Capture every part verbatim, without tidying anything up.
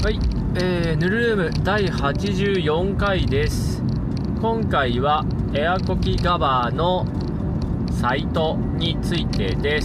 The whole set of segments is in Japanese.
はい、えー、ヌルームだいはちじゅうよんかいです。今回はエアコキガバーのサイトについてです。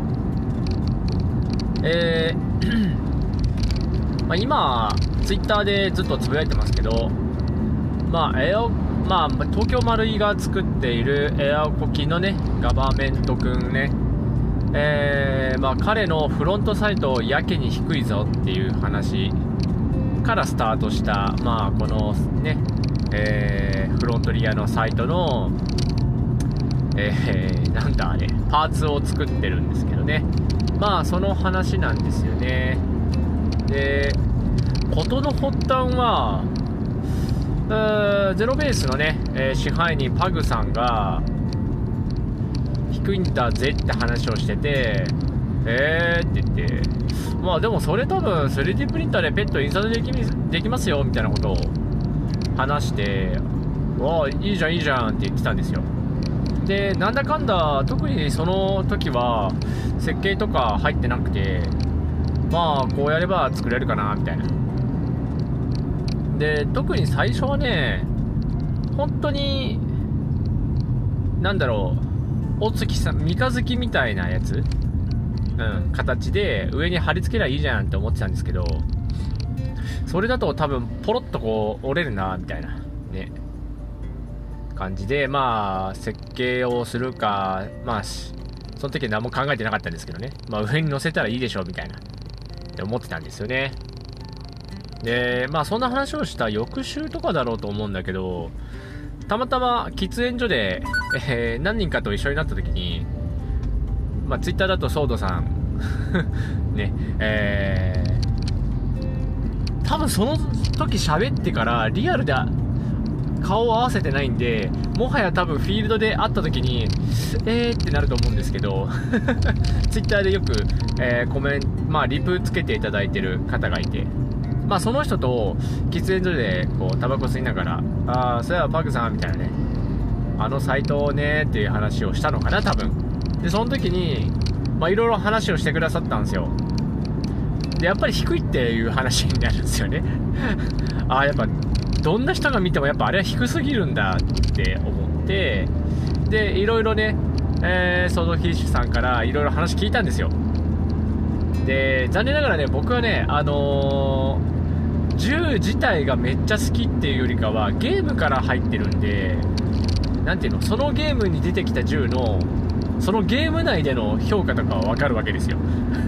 えーまあ、今ツイッターでずっとつぶやいてますけど、まあエアまあ、東京マルイが作っているエアコキのねガバメントくんね、えーまあ、彼のフロントサイトやけに低いぞっていう話からスタートした、まあ、このね、えー、フロントリアのサイトの、えー、なんだあれパーツを作ってるんですけどね、まあその話なんですよね。で、事の発端はゼロベースのね、えー、支配人パグさんが低いんだぜって話をしてて、えーって言って、まあでもそれ多分 スリーディー プリンターでペット印刷でき、できますよみたいなことを話して、わあいいじゃんいいじゃんって言ってたんですよ。で、なんだかんだ特にその時は設計とか入ってなくて、まあこうやれば作れるかなみたいな。で、特に最初はね、本当になんだろう、お月さん三日月みたいなやつ、うん、形で上に貼り付けりゃいいじゃんって思ってたんですけど、それだと多分ポロッとこう折れるなみたいなね感じで、まあ設計をするか、まあその時は何も考えてなかったんですけどね、まあ上に乗せたらいいでしょみたいなって思ってたんですよね。で、まあそんな話をした翌週とかだろうと思うんだけど、たまたま喫煙所で、えー、何人かと一緒になった時に、まあツイッターだとソードさんね、えー、多分その時喋ってからリアルで顔を合わせてないんで、もはや多分フィールドで会った時にえーってなると思うんですけどツイッターでよく、えー、コメント、まあリプつけていただいてる方がいて、まあその人と喫煙所でこうタバコ吸いながら、ああそういえばパグさんみたいなね、あのサイトねっていう話をしたのかな多分。で、その時にまあいろいろ話をしてくださったんですよ。で、やっぱり低いっていう話になるんですよねああやっぱどんな人が見てもやっぱあれは低すぎるんだって思って、でいろいろね、えー、ソードフィッシュさんからいろいろ話聞いたんですよ。で、残念ながらね、僕はね、あのー銃自体がめっちゃ好きっていうよりかはゲームから入ってるんで、なんていうの、そのゲームに出てきた銃のそのゲーム内での評価とかは分かるわけですよ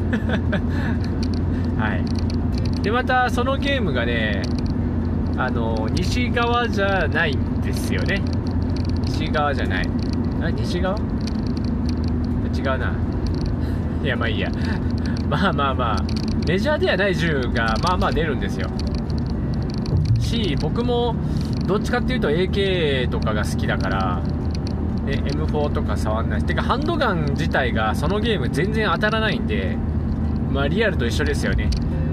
はいで、またそのゲームがね、あの西側じゃないんですよね。西側じゃない、あ、西側違うな、いやまあいいやまあまあまあメジャーではない銃がまあまあ出るんですよし、僕もどっちかっていうと エーケー とかが好きだから、ね、エムフォー とか触んないし、てかハンドガン自体がそのゲーム全然当たらないんで、まあリアルと一緒ですよね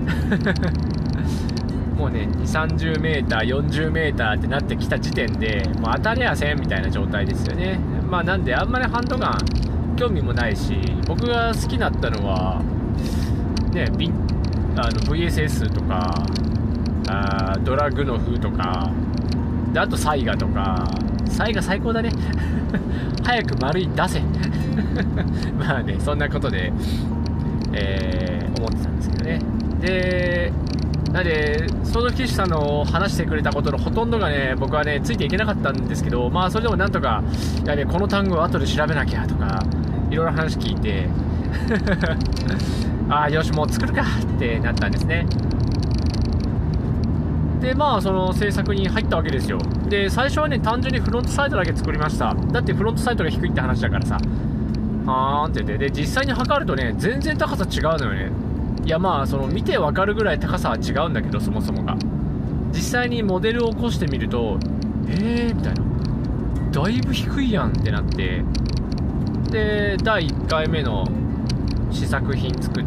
もうねにじゅう、さんじゅうメーター、よんじゅうメーターってなってきた時点でもう当たりゃせんみたいな状態ですよね。まあなんであんまりハンドガン興味もないし、僕が好きだったのはね、ビあの ブイエスエス とか、あドラグノフとかで、あとサイガとか、サイガ最高だね早く丸い出せまあね、そんなことで、えー、思ってたんですけどね。で、なんでソードフィッシュさんの話してくれたことのほとんどがね、僕はねついていけなかったんですけど、まあそれでもなんとか、いやね、この単語を後で調べなきゃとかいろいろ話聞いてああよしもう作るかってなったんですね。で、まあその制作に入ったわけですよ。で、最初はね単純にフロントサイトだけ作りました。だってフロントサイトが低いって話だからさ、はーんって言って、で実際に測るとね全然高さ違うのよね。いやまあその見てわかるぐらい高さは違うんだけど、そもそもが実際にモデルを起こしてみると、えーみたいな、だいぶ低いやんってなって、でだいいっかいめの試作品作って、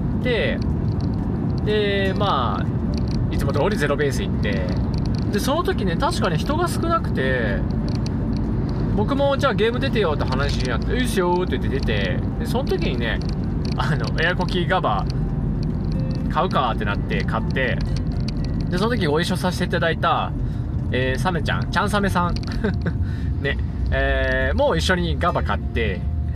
でまあいつも通りゼロベース行って、でその時ね確かね人が少なくて、僕もじゃあゲーム出てよって話になって、いいっすよって言って出て、でその時にね、あのエアコキガバ買うかってなって買って、 でその時ご一緒させていただいた、えー、サメちゃんちゃんサメさんね、えー、もう一緒にガバ買って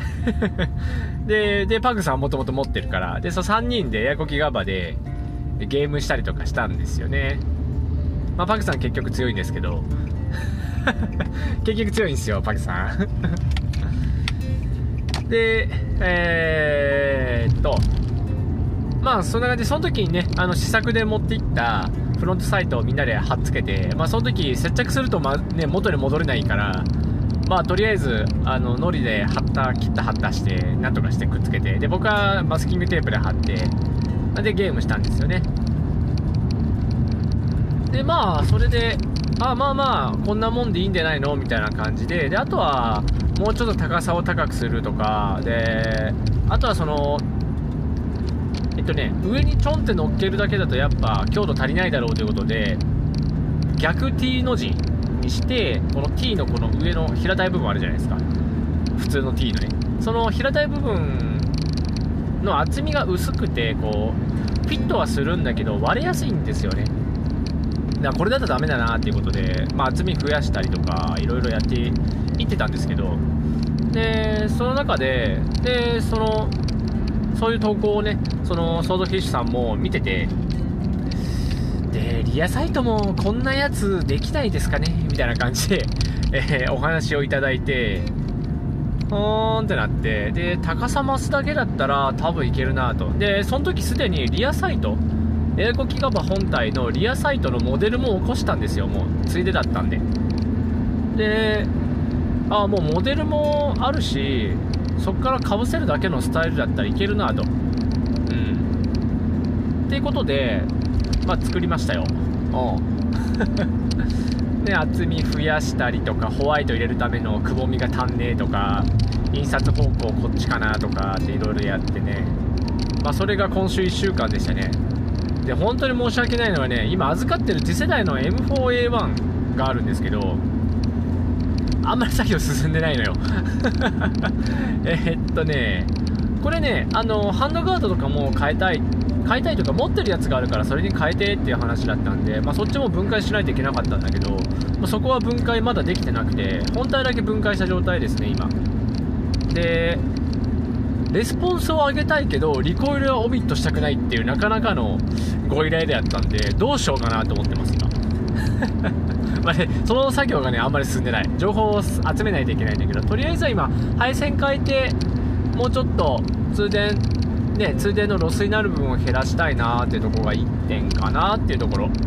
ででパグさんはもともと持ってるから、でそのさんにんでエアコキガバでゲームしたりとかしたんですよね。まあパグさん結局強いんですけど結局強いんですよパグさんでえー、っとまあそんな感じで、その時にねあの試作で持っていったフロントサイトをみんなで貼っつけて、まあその時接着すると、まあね、元に戻れないから、まあとりあえずあの糊で貼った切った貼ったしてなんとかしてくっつけて、で僕はマスキングテープで貼ってでゲームしたんですよね。でまあそれであまあまあこんなもんでいいんじゃないのみたいな感じで、であとはもうちょっと高さを高くするとかで、あとはそのえっとね上にちょんって乗っけるだけだとやっぱ強度足りないだろうということで、逆 T の字にして、この T のこの上の平たい部分あるじゃないですか、普通の T のね、その平たい部分の厚みが薄くてこうフィットはするんだけど割れやすいんですよね。だからこれだとダメだなっていうことで、まあ、厚み増やしたりとかいろいろやっていってたんですけど、でその中ででそのそういう投稿をねそのソードフィッシュさんも見てて、でリアサイトもこんなやつできないですかねみたいな感じで、えー、お話をいただいて、ほーんってなって、で高さ増すだけだったら多分いけるなと。でその時すでにリアサイトエアコキガバ本体のリアサイトのモデルも起こしたんですよ、もうついでだったんで。であもうモデルもあるし、そこからかぶせるだけのスタイルだったらいけるなと、うんっていうことでまあ作りましたよ。で厚み増やしたりとか、ホワイト入れるためのくぼみが足んねえとか、印刷方向こっちかなとかっていろいろやってね、まあそれが今週いっしゅうかんでしたね。で本当に申し訳ないのはね、今預かってる次世代の エムフォーエーワン があるんですけど、あんまり作業進んでないのよえっとねこれねあのハンドガードとかも変えたい変えたいというか持ってるやつがあるからそれに変えてっていう話だったんで、まあ、そっちも分解しないといけなかったんだけど、まあ、そこは分解まだできてなくて、本体だけ分解した状態ですね今で。レスポンスを上げたいけどリコイルはオミットしたくないっていうなかなかのご依頼であったんで、どうしようかなと思ってます今まあね、その作業がねあんまり進んでない、情報を集めないといけないんだけど、とりあえずは今配線変えてもうちょっと通電ね通電のロスになる部分を減らしたいなーっていうところがいってんかなっていうところ、うん、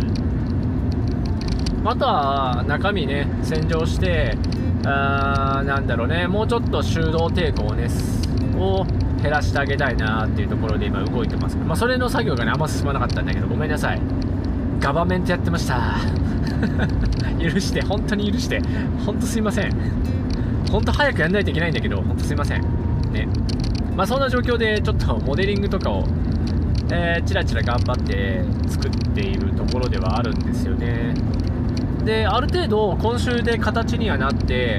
あとは中身ね洗浄して、あーなんだろうね、もうちょっと手動抵抗をねを減らしてあげたいなっていうところで今動いてます。まあそれの作業がねあんま進まなかったんだけどごめんなさい、ガバメントやってました許して、本当に許して、本当すいません、本当早くやんないといけないんだけど本当すいませんね。まあそんな状況でちょっとモデリングとかを、えー、チラチラ頑張って作っているところではあるんですよね。である程度今週で形にはなって、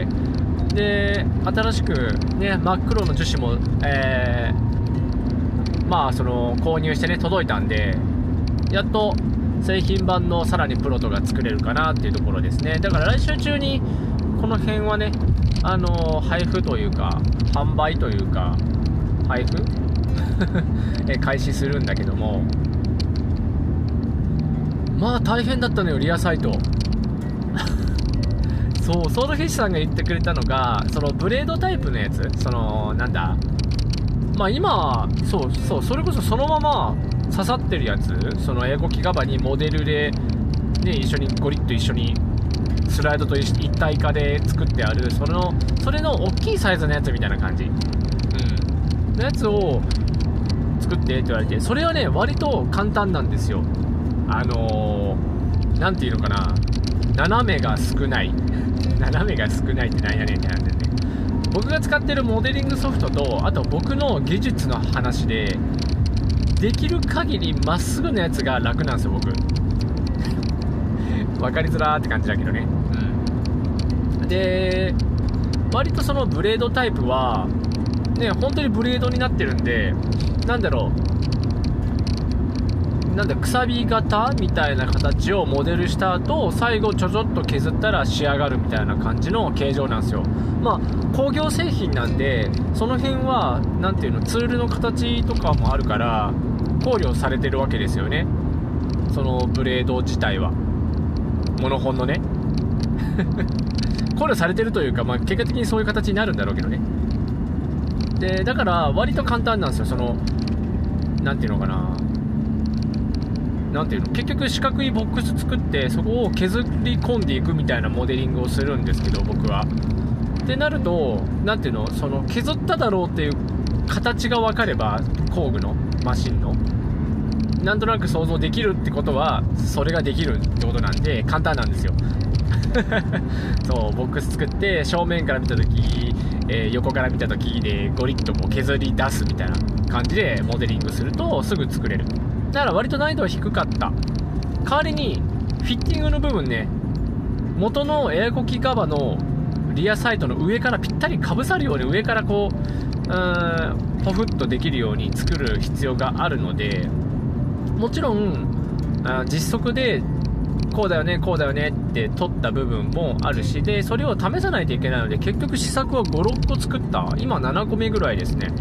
で新しくね真っ黒の樹脂も、えー、まあその購入してね届いたんで、やっと製品版のさらにプロトが作れるかなっていうところですね。だから来週中にこの辺はねあの配布というか販売というか配布え開始するんだけども、まあ大変だったのよリアサイトそうソードフィッシュさんが言ってくれたのが、そのブレードタイプのやつ、そのなんだまあ今そうそうそれこそそのまま刺さってるやつ、そのエアコキガバにモデルで、ね、一緒にゴリッと一緒にスライドと一体化で作ってあるそのそれの大きいサイズのやつみたいな感じ、うん、のやつを作ってって言われて、それはね割と簡単なんですよ。あのー、なんていうのかな、斜めが少ない斜めが少ないってなんやねんってなんでね、僕が使ってるモデリングソフトとあと僕の技術の話でできる限りまっすぐのやつが楽なんですよ僕分かりづらーって感じだけどね、うん、で割とそのブレードタイプはね本当にブレードになってるんで、なんだろうなんだくさび型みたいな形をモデルした後、最後ちょちょっと削ったら仕上がるみたいな感じの形状なんですよ。まあ工業製品なんで、その辺はなんていうの、ツールの形とかもあるから考慮されてるわけですよね、そのブレード自体は。モノホンのね考慮されてるというか、まあ、結果的にそういう形になるんだろうけどね。でだから割と簡単なんですよ。そのなんていうのかな、なんていうの、結局四角いボックス作ってそこを削り込んでいくみたいなモデリングをするんですけど、僕は。ってなると、なんていうの、その削っただろうっていう形が分かれば、工具のマシンのなんとなく想像できるってことは、それができるってことなんで簡単なんですよそうボックス作って正面から見た時、えー、横から見た時でゴリッとこう削り出すみたいな感じでモデリングするとすぐ作れる。だから割と難易度は低かった。代わりにフィッティングの部分ね、元のエアコキカバのリアサイトの上からぴったりかぶさるように、上からこう、うーんポフッとできるように作る必要があるので、もちろんあ実測でこうだよねこうだよねって取った部分もあるし、でそれを試さないといけないので、結局試作はごろっこ作った。今ななこめぐらいですね。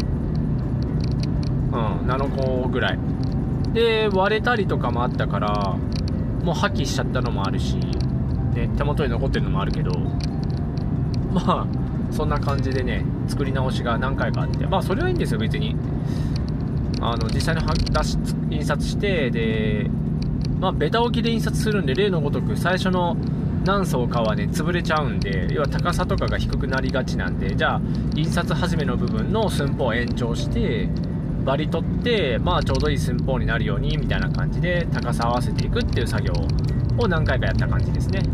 うんななこぐらいで、割れたりとかもあったからもう破棄しちゃったのもあるし、ね、手元に残ってるのもあるけど、まあそんな感じでね、作り直しが何回かあって、まあそれはいいんですよ別に。あの実際に出し印刷して、でまあベタ置きで印刷するんで、例のごとく最初の何層かはね潰れちゃうんで、要は高さとかが低くなりがちなんで、じゃあ印刷始めの部分の寸法を延長してバリ取って、まあちょうどいい寸法になるようにみたいな感じで高さ合わせていくっていう作業を何回かやった感じですね。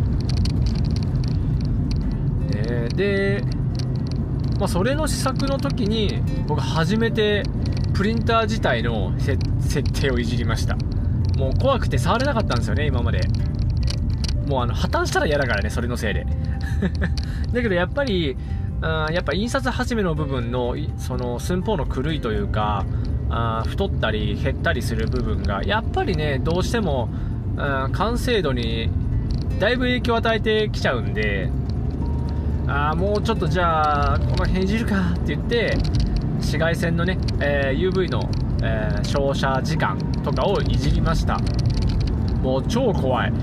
えー、で、まあ、それの試作の時に僕初めてプリンター自体の設定をいじりました。もう怖くて触れなかったんですよね今まで。もうあの破綻したら嫌だからね、それのせいでだけどやっぱりあやっぱ印刷始めの部分のその寸法の狂いというか、あ太ったり減ったりする部分がやっぱりねどうしてもあ完成度にだいぶ影響を与えてきちゃうんで、あもうちょっとじゃあこの辺いじるかって言って紫外線のね、えー、ユーブイ の、えー、照射時間とかをいじりました。もう超怖い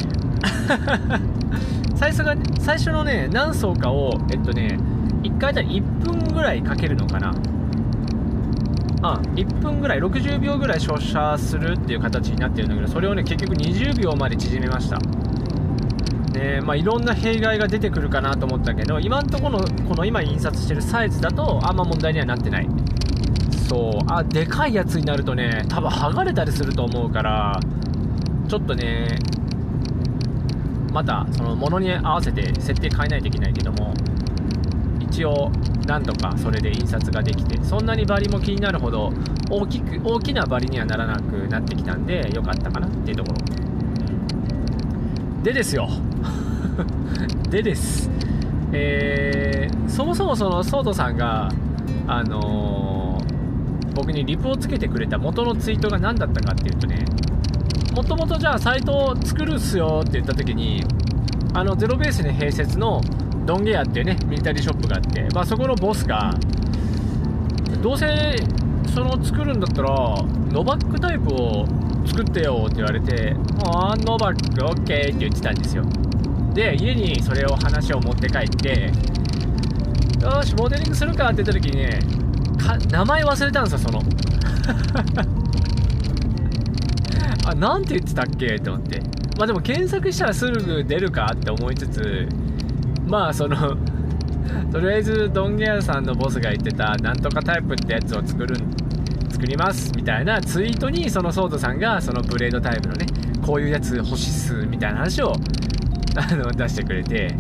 最初が最初のね何層かをえっとねいっかいいっぷんぐらいかけるのかな、あいっぷんぐらいろくじゅうびょうぐらい照射するっていう形になってるんだけど、それをね結局にじゅうびょうまで縮めましたね。まあいろんな弊害が出てくるかなと思ったけど、今のところのこの今印刷してるサイズだとあんま問題にはなってない。そうあでかいやつになるとね多分剥がれたりすると思うから、ちょっとねまたその物に合わせて設定変えないといけないけども、一応なんとかそれで印刷ができて、そんなにバリも気になるほど大きく大きなバリにはならなくなってきたんでよかったかなっていうところでですよでです、えー、そもそもそのソードさんがあのー、僕にリプをつけてくれた元のツイートが何だったかっていうとね、もともとじゃあサイト作るっすよって言った時に、あのゼロベースに併設のドンゲアっていうねミリタリーショップがあって、まあ、そこのボスがどうせその作るんだったらノバックタイプを作ってよって言われて、ああノバックオッケーって言ってたんですよ。で家にそれを話を持って帰って、よしモデリングするかって言った時にねか名前忘れたんですよ、そのあなんて言ってたっけと思って、まあでも検索したらすぐ出るかって思いつつ、まあそのとりあえずドンゲアさんのボスが言ってたなんとかタイプってやつを作る作りますみたいなツイートに、そのソードさんがそのブレードタイプのねこういうやつ欲しいっすみたいな話をあの出してくれて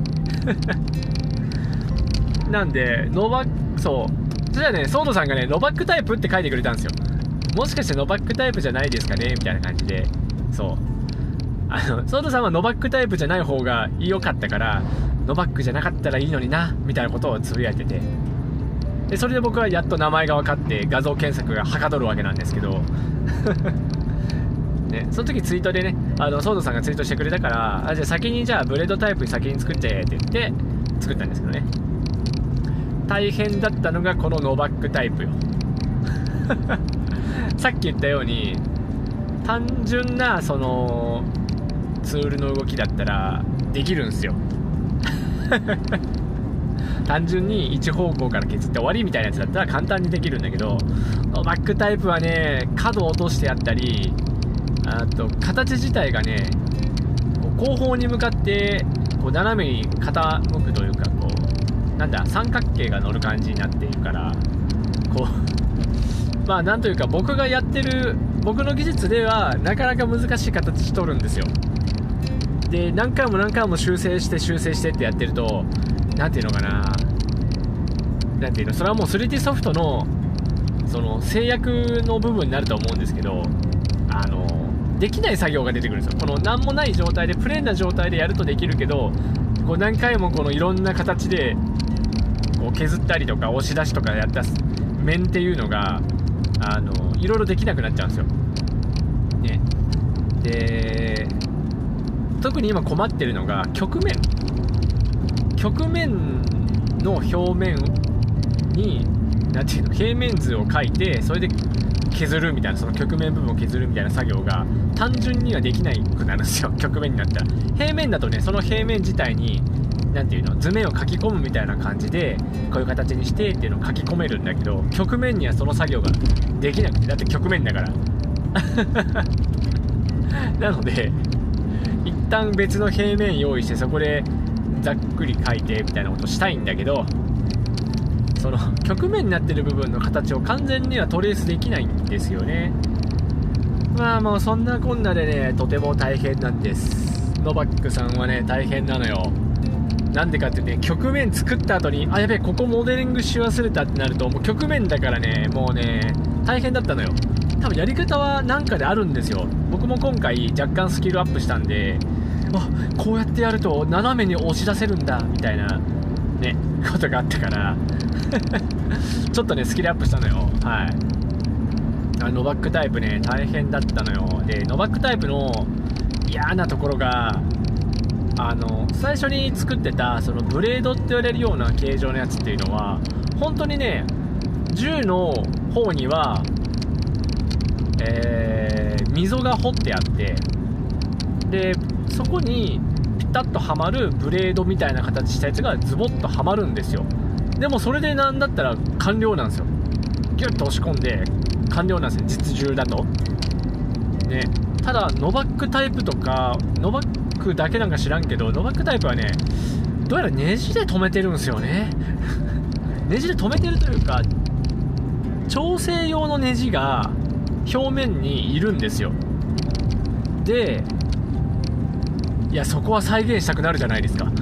なんでノバック、そうそしたらねソードさんがねノバックタイプって書いてくれたんですよ。もしかしてノバックタイプじゃないですかねみたいな感じで、そうあのソードさんはノバックタイプじゃない方が良かったからノバックじゃなかったらいいのになみたいなことをつぶやいてて、でそれで僕はやっと名前が分かって画像検索がはかどるわけなんですけどね、その時ツイートでね、あのソードさんがツイートしてくれたから、あじゃあ先にじゃあブレードタイプ先に作ってって言って作ったんですけどね。大変だったのがこのノバックタイプよさっき言ったように単純なそのツールの動きだったらできるんですよ単純に一方向から削って終わりみたいなやつだったら簡単にできるんだけど、ノバックタイプはね角を落としてやったり、あと形自体がねこう後方に向かってこう斜めに傾くというか、こうなんだ三角形が乗る感じになっているから、こうまあなんというか僕がやってる僕の技術ではなかなか難しい形取るんですよ。で何回も何回も修正して修正してってやってると、なんていうのかな、なんていうの、それはもう スリーディー ソフトのその制約の部分になると思うんですけど、あのできない作業が出てくるんですよ。この何もない状態でプレーンな状態でやるとできるけど、こう何回もこのいろんな形でこう削ったりとか押し出しとかやった面っていうのがあのいろいろできなくなっちゃうんですよ、ね、で特に今困ってるのが曲面曲面の表面になんていうの平面図を描いてそれで削るみたいな、その曲面部分を削るみたいな作業が単純にはできないくなるんですよ。曲面になったら平面だとね、その平面自体になんていうの図面を書き込むみたいな感じでこういう形にしてっていうのを書き込めるんだけど、曲面にはその作業ができなくて、だって曲面だからなので一旦別の平面用意してそこでざっくり描いてみたいなことしたいんだけど、その曲面になってる部分の形を完全にはトレースできないんですよね。まあもうそんなこんなでねとても大変なんです。ノバックさんはね大変なのよ。なんでかってね、曲面作った後にあやべえここモデリングし忘れたってなるともう曲面だからねもうね大変だったのよ。多分やり方はなんかであるんですよ。僕も今回若干スキルアップしたんで、あこうやってやると斜めに押し出せるんだみたいなねことがあったからちょっとねスキルアップしたのよ。はいあノバックタイプね大変だったのよ。でノバックタイプの嫌なところがあの最初に作ってたそのブレードって言われるような形状のやつっていうのは本当にね銃の方には、えー、溝が掘ってあってでそこにピタッとはまるブレードみたいな形したやつがズボッとはまるんですよ。でもそれでなんだったら完了なんですよ。ギュッと押し込んで完了なんですよ実銃だとね。ただノバックタイプとかノバックだけなんか知らんけどノバックタイプはねどうやらネジで止めてるんですよねネジで止めてるというか調整用のネジが表面にいるんですよ。でいやそこは再現したくなるじゃないですか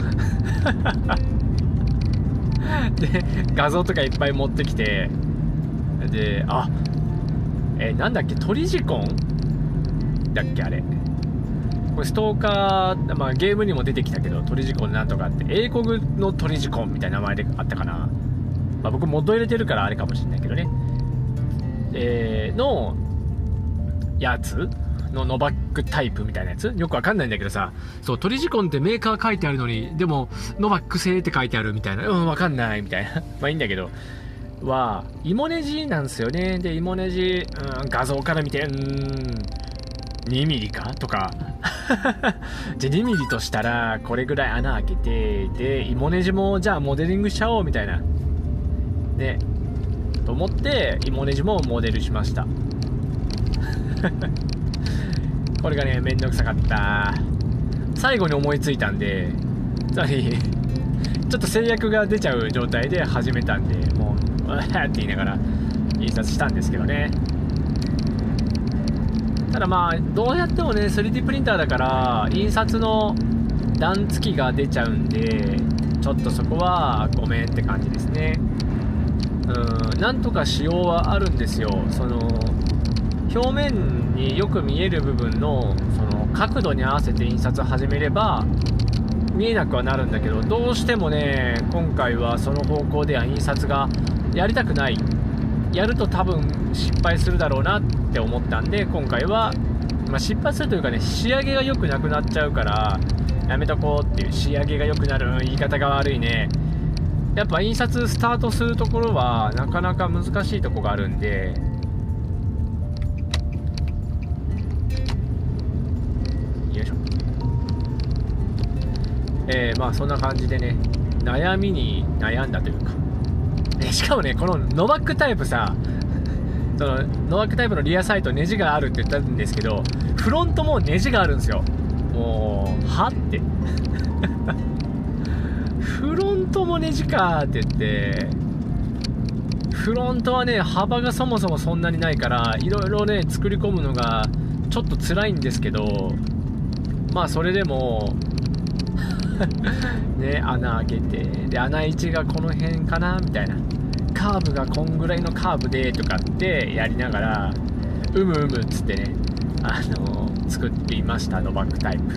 で画像とかいっぱい持ってきてであえなんだっけトリジコンだっけあれこれストーカー、まあ、ゲームにも出てきたけどトリジコンなんとかって英国のトリジコンみたいな名前であったかな、まあ、僕モッド入れてるからあれかもしれないけどね、えー、のやつのノバックタイプみたいなやつよくわかんないんだけどさ、そうトリジコンってメーカー書いてあるのにでもノバック製って書いてあるみたいな、うんわかんないみたいなまあいいんだけどはイモネジなんですよね。でイモネジ、うん、画像から見てうーんにミリかとかじゃあにミリとしたらこれぐらい穴開けてでイモネジもじゃあモデリングしちゃおうみたいなねと思ってイモネジもモデルしましたこれがねめんどくさかった。最後に思いついたんでつまりちょっと制約が出ちゃう状態で始めたんでもうわーって言いながら印刷したんですけどね。ただまあどうやってもね スリーディー プリンターだから印刷の段付きが出ちゃうんでちょっとそこはごめんって感じですね。うんなんとか仕様はあるんですよ。その表面によく見える部分のその角度に合わせて印刷始めれば見えなくはなるんだけどどうしてもね今回はその方向では印刷がやりたくない、やると多分失敗するだろうなって思ったんで今回はまあ、失敗するというかね、仕上げが良くなくなっちゃうからやめとこうっていう。仕上げが良くなる、言い方が悪いね。やっぱ印刷スタートするところはなかなか難しいところがあるんで、よいしょ。えー、まあそんな感じでね、悩みに悩んだというか、えしかもね、このノバックタイプさ、そのノバックタイプのリアサイトネジがあるって言ったんですけど、フロントもネジがあるんですよ。もうはってフロントもネジかって言って、フロントはね幅がそもそもそんなにないから、いろいろね作り込むのがちょっと辛いんですけど、まあそれでもね、穴開けて、で穴位置がこの辺かなみたいな、カーブがこんぐらいのカーブでとかってやりながら、うむうむっつってね、あのー、作っていました、ノバックタイプ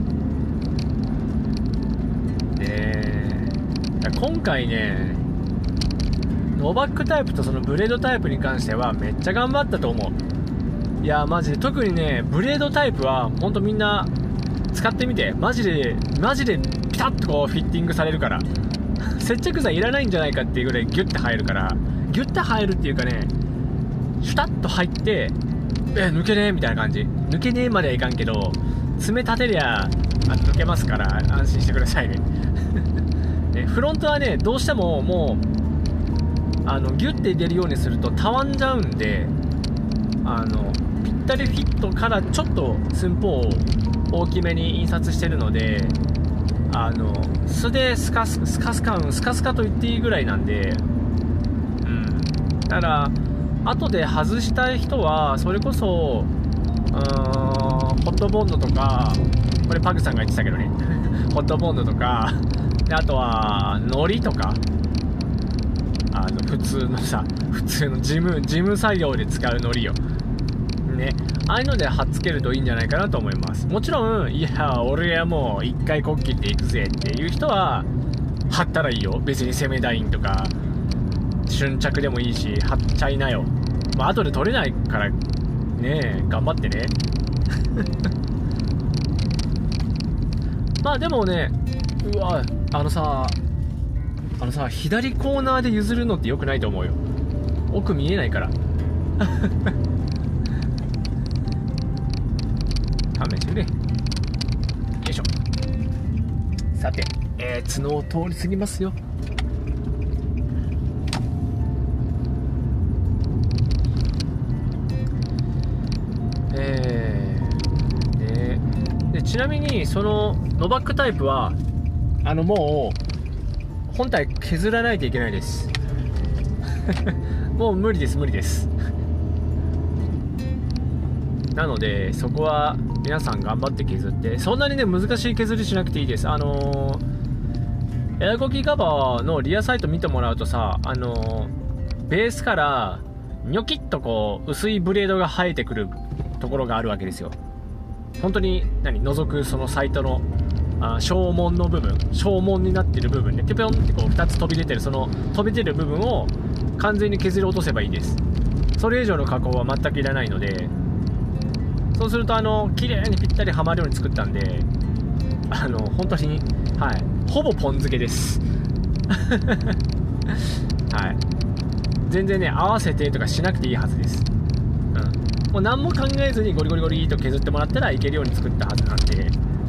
で。今回ね、ノバックタイプとそのブレードタイプに関してはめっちゃ頑張ったと思う。いやマジで、特にねブレードタイプはほんとみんな使ってみて、マジでマジでピタッとこうフィッティングされるから、接着剤いらないんじゃないかっていうぐらいギュッて入るから、ギュッて入るっていうかね、シュタッと入って、え抜けねえみたいな感じ。抜けねえまではいかんけど、爪立てりゃあ抜けますから安心してくださいねね、フロントはねどうしてももうあのギュッて出るようにするとたわんじゃうんで、あのぴったりフィットからちょっと寸法を大きめに印刷してるので、あの素でスカススカスカスカスカと言っていいぐらいなんで、うん、だから後で外したい人はそれこそ、うーん、ホットボンドとか、これパグさんが言ってたけどねホットボンドとかで、あとは糊とか、あの普通のさ普通の事務事務作業で使う糊よね、ああいうので貼っつけるといいんじゃないかなと思います。もちろん、いや俺はもう一回こっきっていくぜっていう人は貼ったらいいよ。別にセメダインとか瞬着でもいいし貼っちゃいなよ。まあ後で取れないからね、頑張ってねまあでもね、うわあのさあのさ左コーナーで譲るのって良くないと思うよ。奥見えないから勘弁してくれ。よいしょ。さて、えー、角を通り過ぎますよ。えー、で, でちなみにそのノバックタイプはあのもう本体削らないといけないですもう無理です無理ですなのでそこは皆さん頑張って削って、そんなにね難しい削りしなくていいです。あのー、エアコギカバーのリアサイト見てもらうとさ、あのー、ベースからニョキッとこう薄いブレードが生えてくるところがあるわけですよ。本当に何覗くそのサイトのあ小門の部分、小門になってる部分ね、ピョピョンってこうふたつ飛び出てる、その飛び出る部分を完全に削り落とせばいいです。それ以上の加工は全くいらないので、そうするとあの綺麗にぴったりはまるように作ったんで、あの本当にはいほぼポン漬けですはい全然ね合わせてとかしなくていいはずです。うん、もう何も考えずにゴリゴリゴリと削ってもらったらいけるように作ったはずなんで、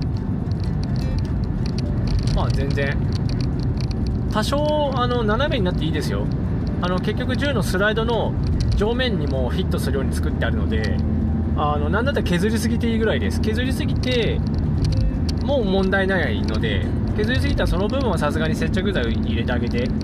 まあ全然多少あの斜めになっていいですよ。あの結局銃のスライドの上面にもフィットするように作ってあるので、あのなんだったら削りすぎていいぐらいです。削りすぎてもう問題ないので、削りすぎたらその部分はさすがに接着剤を入れてあげて、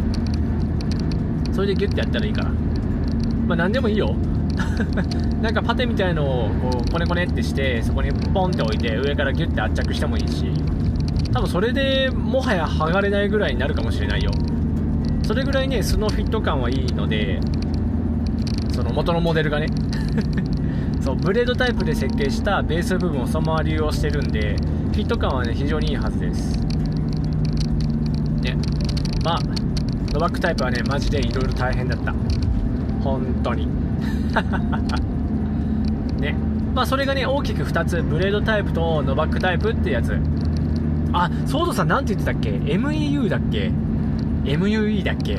それでギュッてやったらいいから、まあ何でもいいよなんかパテみたいのをこうコネコネってしてそこにポンって置いて上からギュッて圧着してもいいし、多分それでもはや剥がれないぐらいになるかもしれないよ。それぐらいね素のフィット感はいいので、その元のモデルがねそうブレードタイプで設計したベース部分をそのまま利用してるんで、フィット感はね非常にいいはずですね。まあノバックタイプはねマジでいろいろ大変だった、本当にね。まあそれがね大きくふたつ、ブレードタイプとノバックタイプってやつ。あ、ソードさんなんて言ってたっけ？ エムイーユー だっけ？ エムユーイー だっけ？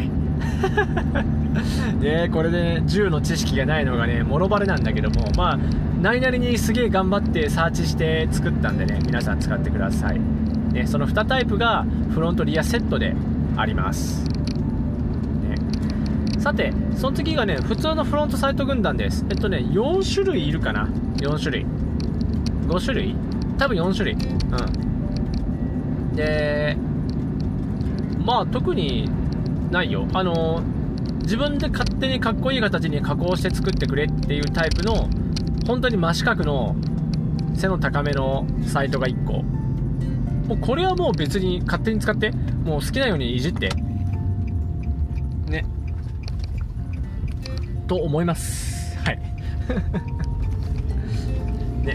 ね、これで、ね、銃の知識がないのがねもろバレなんだけども、まあ何々にすげえ頑張ってサーチして作ったんでね、皆さん使ってくださいね。そのにタイプがフロントリアセットであります、ね。さてその次がね普通のフロントサイト軍団です。えっとねよん種類いるかな、よん種類ご種類、多分よん種類。うんで、まあ特にないよ。あの自分で勝手にかっこいい形に加工して作ってくれっていうタイプの本当に真四角の背の高めのサイトがいっこ。もうこれはもう別に勝手に使って、もう好きなようにいじってねと思います。はいね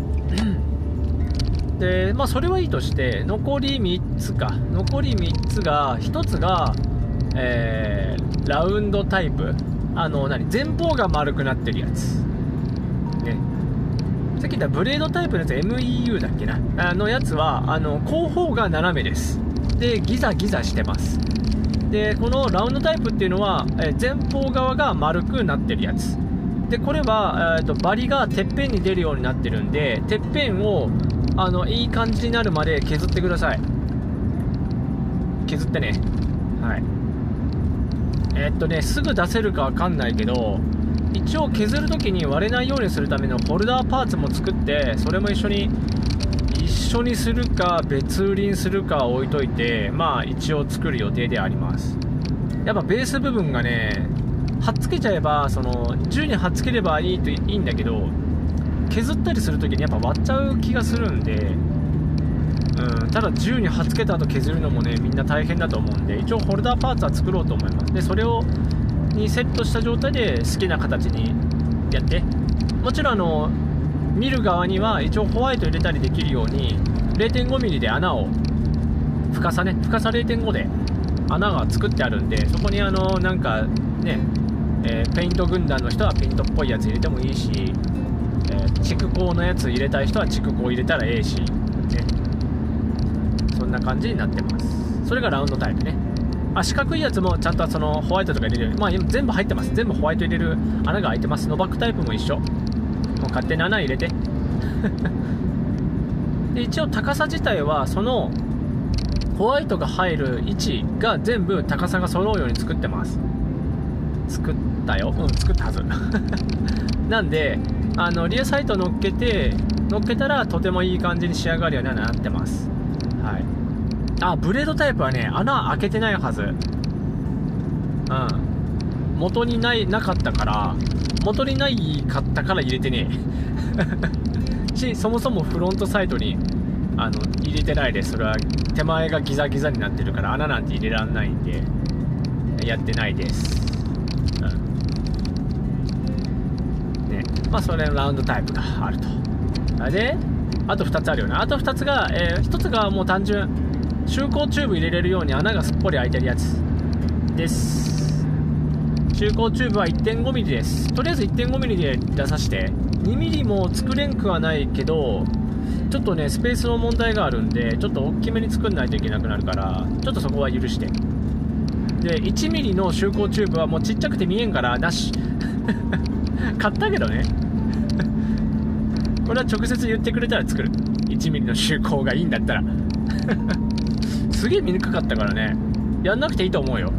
で、まあそれはいいとして、残りみっつか。残りみっつが、ひとつが、えー、ラウンドタイプ。あの、何前方が丸くなってるやつ。ね。さっき言ったブレードタイプのやつ、エムイーユー だっけな。あのやつは、あの、後方が斜めです。で、ギザギザしてます。で、このラウンドタイプっていうのは、えー、前方側が丸くなってるやつ。で、これは、えーと、バリがてっぺんに出るようになってるんで、てっぺんを、あのいい感じになるまで削ってください。削ってね。はい。えー、っとねすぐ出せるかわかんないけど、一応削るときに割れないようにするためのホルダーパーツも作って、それも一緒に一緒にするか別売りにするかは置いといて、まあ一応作る予定であります。やっぱベース部分がねはっつけちゃえば、その銃にはっつければいいといいんだけど、削ったりするときにやっぱ割っちゃう気がするんで、うん、ただ銃に貼っつけた後削るのもねみんな大変だと思うんで、一応ホルダーパーツは作ろうと思います。でそれをにセットした状態で好きな形にやって、もちろんあの見る側には一応ホワイト入れたりできるように れいてんごミリ で穴を深さね深さ れいてんご で穴が作ってあるんで、そこにあのなんかね、えー、ペイント軍団の人はペイントっぽいやつ入れてもいいし、蓄光のやつ入れたい人は蓄光入れたらええし、ね、そんな感じになってます。それがラウンドタイプね。あ、四角いやつもちゃんとそのホワイトとか入れる、まあ全部入ってます。全部ホワイト入れる穴が開いてます。ノバックタイプも一緒。もう勝手に穴入れてで一応高さ自体はそのホワイトが入る位置が全部高さが揃うように作ってます。作ったよ、うん、作ったはずなんであのリアサイト乗っけて乗っけたらとてもいい感じに仕上がるようにはなってます。はい。あ、ブレードタイプはね穴開けてないはず。うん、元にないなかったから元にないかったから入れてねえし、そもそもフロントサイトにあの入れてないです。それは手前がギザギザになってるから穴なんて入れらんないんでやってないです。まあそれのラウンドタイプがあると。であとふたつあるよね。あとふたつが、えー、ひとつがもう単純中高チューブ入れれるように穴がすっぽり開いてるやつです。中高チューブは いってんごミリ です。とりあえず いってんごミリ で出させて、にミリも作れんくはないけど、ちょっとねスペースの問題があるんでちょっと大きめに作んないといけなくなるから、ちょっとそこは許して。で いちミリ の中高チューブはもうちっちゃくて見えんからなし買ったけどねこれは直接言ってくれたら作る。いちミリの周光がいいんだったらすげえ見にくかったからね、やんなくていいと思うよ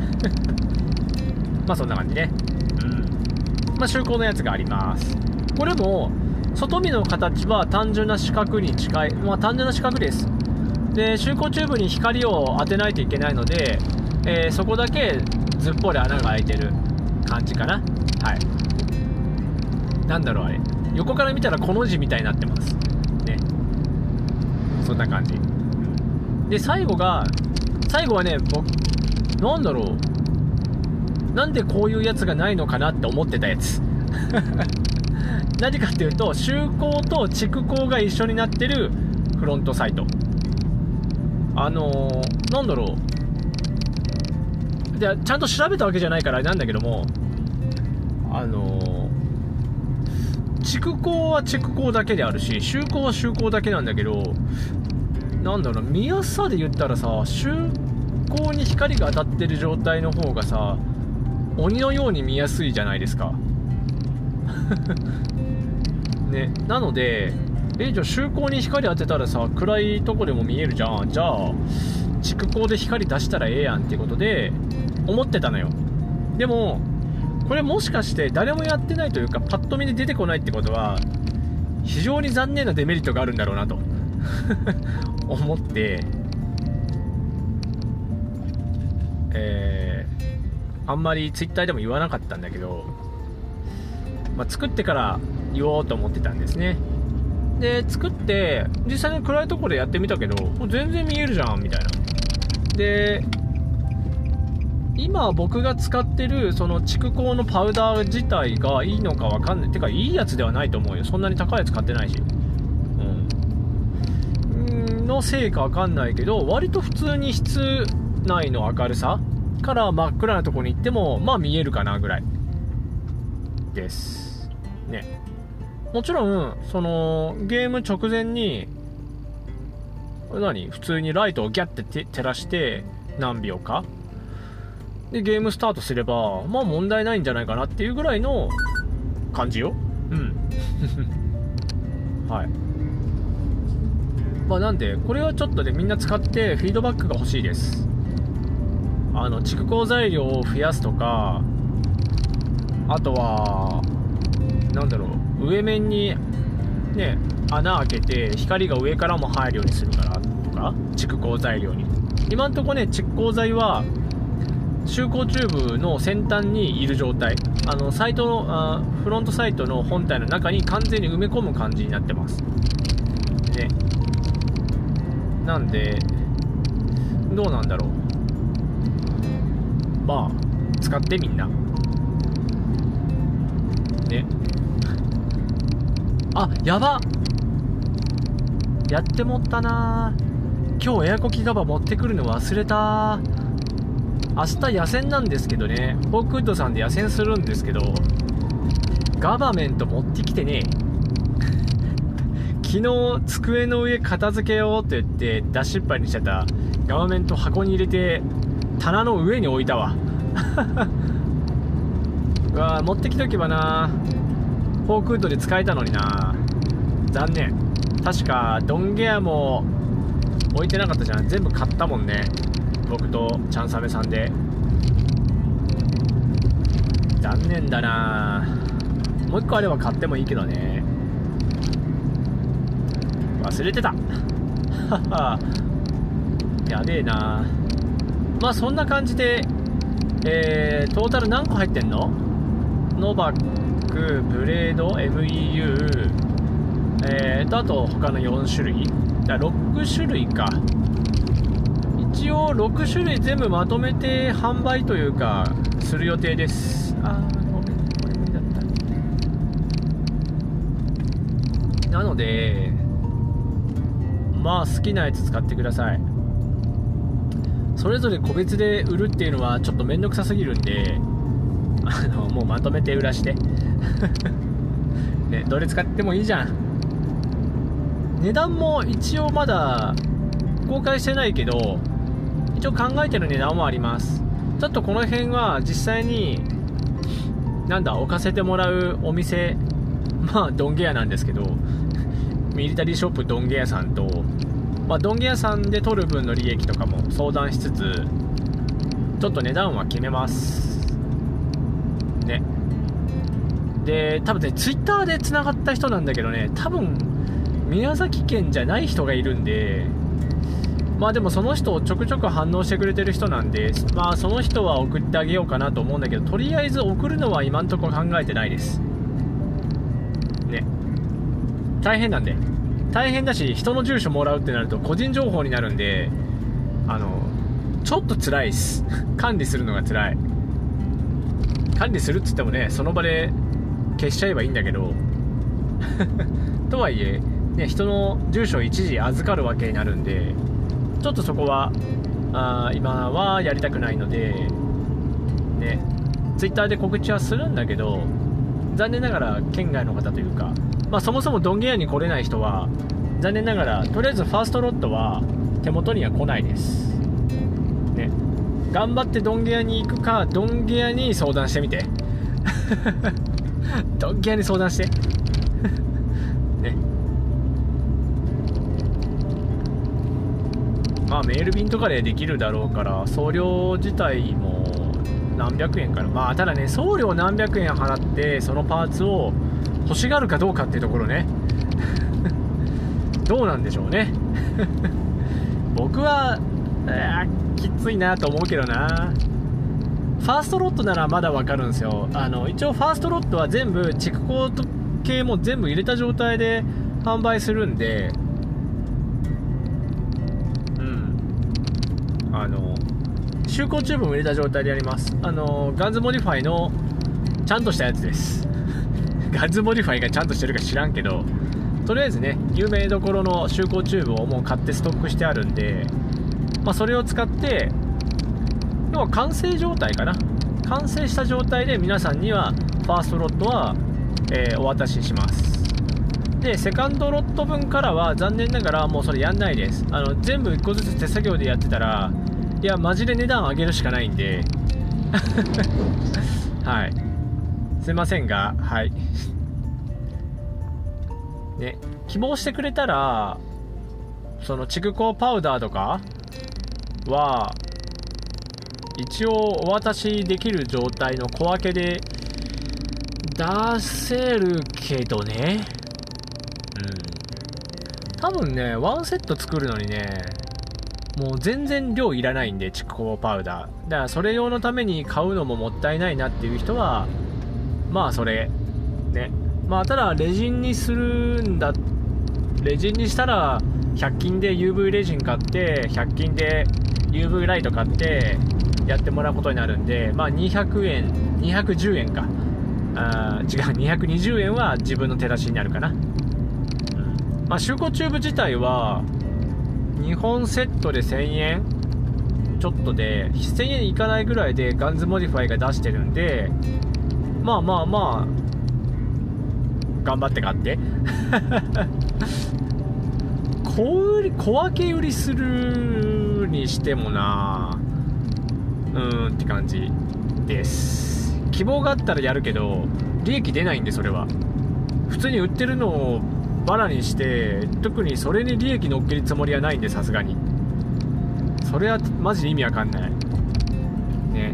まあそんな感じね。うん。まあ周光のやつがあります。これも外見の形は単純な四角に近い、まあ単純な四角です。で周光チューブに光を当てないといけないので、えー、そこだけずっぽり穴が開いてる感じかな。はい。なんだろうあれ、横から見たらこの字みたいになってますね。そんな感じで、最後が最後はね、僕なんだろう、なんでこういうやつがないのかなって思ってたやつ何かっていうと、周光と蓄光が一緒になってるフロントサイト。あのー、なんだろう、でちゃんと調べたわけじゃないからなんだけども、あのー、 蓄光は蓄光だけであるし、周光は周光だけなんだけど、なんだろう、見やすさで言ったらさ、周光に光が当たってる状態の方がさ、鬼のように見やすいじゃないですかね、なので、えじゃあ周光に光当てたらさ、暗いとこでも見えるじゃん、じゃあ蓄光で光出したらええやんってことで思ってたのよ。でもこれもしかして誰もやってないというか、パッと見で出てこないってことは非常に残念なデメリットがあるんだろうなと思って、えー、あんまりツイッターでも言わなかったんだけど、まあ、作ってから言おうと思ってたんですね。で作って実際に暗いところでやってみたけど、全然見えるじゃんみたいな。で今僕が使ってるその蓄光のパウダー自体がいいのかわかんない。てかいいやつではないと思うよ。そんなに高いやつ買ってないし、うんのせいかわかんないけど、割と普通に室内の明るさから真っ暗なところに行ってもまあ見えるかなぐらいですね。もちろんそのゲーム直前に何普通にライトをギャッて照らして何秒かでゲームスタートすればまあ問題ないんじゃないかなっていうぐらいの感じよ。うんはい。まあなんでこれはちょっとでみんな使ってフィードバックが欲しいです。あの蓄光材料を増やすとか、あとはなんだろう、上面にね穴開けて光が上からも入るようにするからとか、蓄光材料に今んとこね、蓄光材は周光チューブの先端にいる状態、あのサイトのあフロントサイトの本体の中に完全に埋め込む感じになってますね。なんでどうなんだろう、まあ使ってみんなね。あ、やば、やってもったな。今日エアコキガバ持ってくるの忘れた。明日野戦なんですけどね、ホークウッドさんで野戦するんですけど、ガバメント持ってきてね昨日机の上片付けようって言って出しっぱいにしてたガバメント箱に入れて棚の上に置いたわうわー、持ってきとけばな。フォークウッドで使えたのにな。残念。確かドンゲアも置いてなかったじゃん。全部買ったもんね、僕とチャンサメさんで。残念だな。もう一個あれば買ってもいいけどね。忘れてたやべえな。まあそんな感じで、えー、トータル何個入ってんの？ノバック、ブレード、エムイーユー、えーとあと他のよん種類だ、ろく種類か。一応ろく種類全部まとめて販売というかする予定です。あーごめん、これ無理だった。なのでまあ好きなやつ使ってください。それぞれ個別で売るっていうのはちょっとめんどくさすぎるんで、あのもうまとめて売らしてね、どれ使ってもいいじゃん。値段も一応まだ公開してないけど、一応考えてる値段もあります。ちょっとこの辺は実際になんだ置かせてもらうお店、まあドンゲアなんですけどミリタリーショップドンゲアさんと、まあ、ドンゲアさんで取る分の利益とかも相談しつつ、ちょっと値段は決めますね。で多分ねツイッターでつながった人なんだけどね、多分宮崎県じゃない人がいるんで、まあでもその人をちょくちょく反応してくれてる人なんで、まあその人は送ってあげようかなと思うんだけど、とりあえず送るのは今んとこ考えてないですね。大変なんで、大変だし、人の住所もらうってなると個人情報になるんで、あのちょっと辛いっす管理するのが辛い。管理するっつってもね、その場で消しちゃえばいいんだけどとはいえね、人の住所を一時預かるわけになるんで、ちょっとそこはあ今はやりたくないのでね、ツイッターで告知はするんだけど、 残念ながら県外の方というか、まあ、そもそもドンゲアに来れない人は残念ながらとりあえずファーストロットは手元には来ないです、ね、頑張ってドンゲアに行くかドンゲアに相談してみてドンゲアに相談してね、まあメール便とかでできるだろうから送料自体も何百円から、まあただね送料何百円払ってそのパーツを欲しがるかどうかっていうところねどうなんでしょうね僕は、えー、きついなと思うけどな。ファーストロットならまだわかるんですよ。あの一応ファーストロットは全部チェックコード系も全部入れた状態で販売するんで、うんあの就航チューブも入れた状態でやります。あのガンズモディファイのちゃんとしたやつですガンズモディファイがちゃんとしてるか知らんけど、とりあえずね有名どころの就航チューブをもう買ってストックしてあるんで、まあ、それを使って要は完成状態かな、完成した状態で皆さんにはファーストロットは、えー、お渡しします。でセカンドロット分からは残念ながらもうそれやんないです。あの全部いっこずつ手作業でやってたらいやマジで値段上げるしかないんではいすいませんが、はいね、希望してくれたらその蓄光パウダーとかは一応お渡しできる状態の小分けで出せるけどね、うん、多分ねワンセット作るのにねもう全然量いらないんで蓄光パウダーだからそれ用のために買うのももったいないなっていう人はまあそれね、まあただレジンにするんだレジンにしたらひゃく均で ユーブイ レジン買ってひゃく均で ユーブイ ライト買ってやってもらうことになるんで、まあにひゃくえんにひゃくじゅうえんかあ違うにひゃくにじゅうえんは自分の手出しになるかな、うん、まあ就航チューブ自体はにほんセットでせんえんちょっとでせんえんいかないぐらいでガンズモディファイが出してるんで、まあまあまあ頑張って買って小売り小分け売りするにしてもなうーんって感じです。希望があったらやるけど利益出ないんで、それは普通に売ってるのをバラにして特にそれに利益乗っけるつもりはないんで、さすがにそれはマジで意味わかんないね。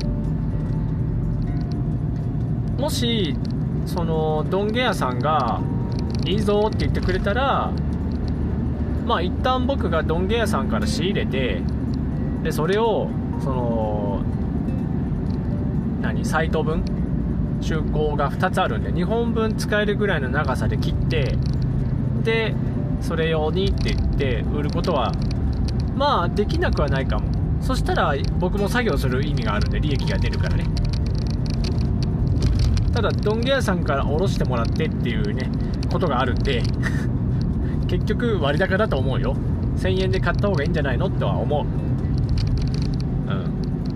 もしそのドンゲ屋さんがいいぞって言ってくれたら、まあ一旦僕がドンゲ屋さんから仕入れて、でそれをその何サイト分就航がふたつあるんでにほんぶん使えるぐらいの長さで切って、でそれ用にって言って売ることはまあできなくはないかも。そしたら僕も作業する意味があるんで利益が出るからね。ただドンゲ屋さんから下ろしてもらってっていうねことがあるんで結局割高だと思うよ。せんえんで買った方がいいんじゃないのとは思う。うん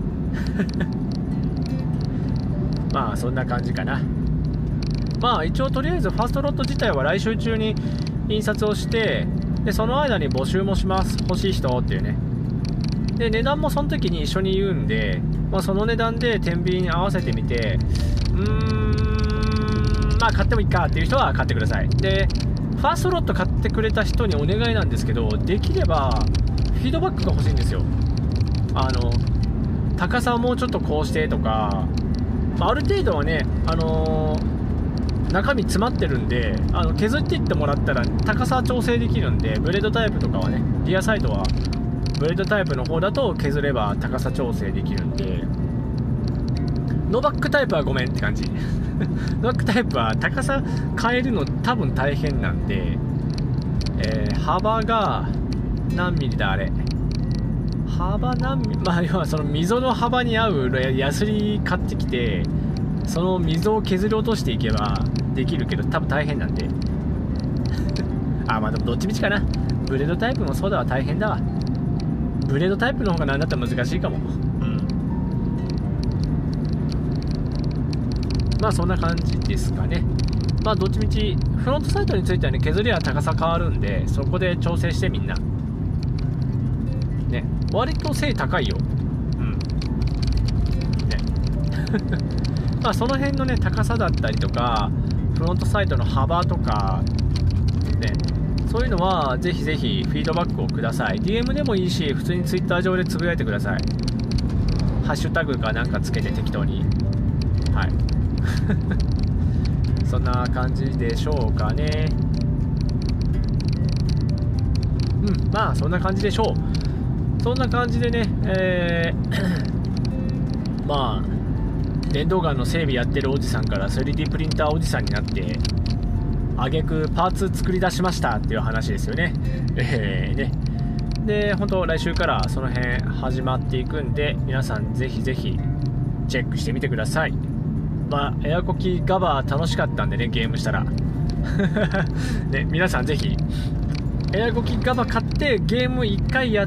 まあそんな感じかな。まあ一応とりあえずファーストロット自体は来週中に印刷をして、でその間に募集もします、欲しい人っていうね。で値段もその時に一緒に言うんで、まあ、その値段で天秤に合わせてみて、うーんまあ買ってもいいかっていう人は買ってください。でファーストロット買ってくれた人にお願いなんですけど、できればフィードバックが欲しいんですよ。あの高さをもうちょっとこうしてとか、ある程度はね、あのー、中身詰まってるんで、あの削っていってもらったら高さ調整できるんで、ブレードタイプとかはね、リアサイドはブレードタイプの方だと削れば高さ調整できるんで、ノーバックタイプはごめんって感じノーバックタイプは高さ変えるの多分大変なんで、えー、幅が何ミリだあれ、幅何ミリ、まあ要はその溝の幅に合うヤスリ買ってきて、その溝を削り落としていけばできるけど多分大変なんであまあでもどっちみちかな。ブレードタイプもそうだわ、大変だわ。ブレードタイプの方が何だったら難しいかも。うんまあそんな感じですかね。まあどっちみちフロントサイトについてはね、削りは高さ変わるんで、そこで調整してみんなね、割と背高いよ。うんねまあその辺のね高さだったりとか、フロントサイトの幅とかね、そういうのはぜひぜひフィードバックをください。 ディーエム でもいいし、普通に Twitter 上でつぶやいてください。ハッシュタグかなんかつけて適当に、はいそんな感じでしょうかね。うんまあそんな感じでしょう。そんな感じでね、えーまあ電動ガンの整備やってるおじさんから スリーディー プリンターおじさんになって、挙句パーツ作り出しましたっていう話ですよね。えー、ねで本当来週からその辺始まっていくんで、皆さんぜひぜひチェックしてみてください。まあエアコキガバー楽しかったんでね、ゲームしたらね、皆さんぜひエアコキガバ買ってゲームいっかいやって、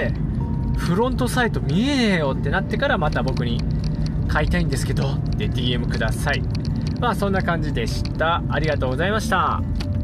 フロントサイト見えねえよってなってからまた僕に買いたいんですけどって ディーエム ください。まあそんな感じでした。ありがとうございました。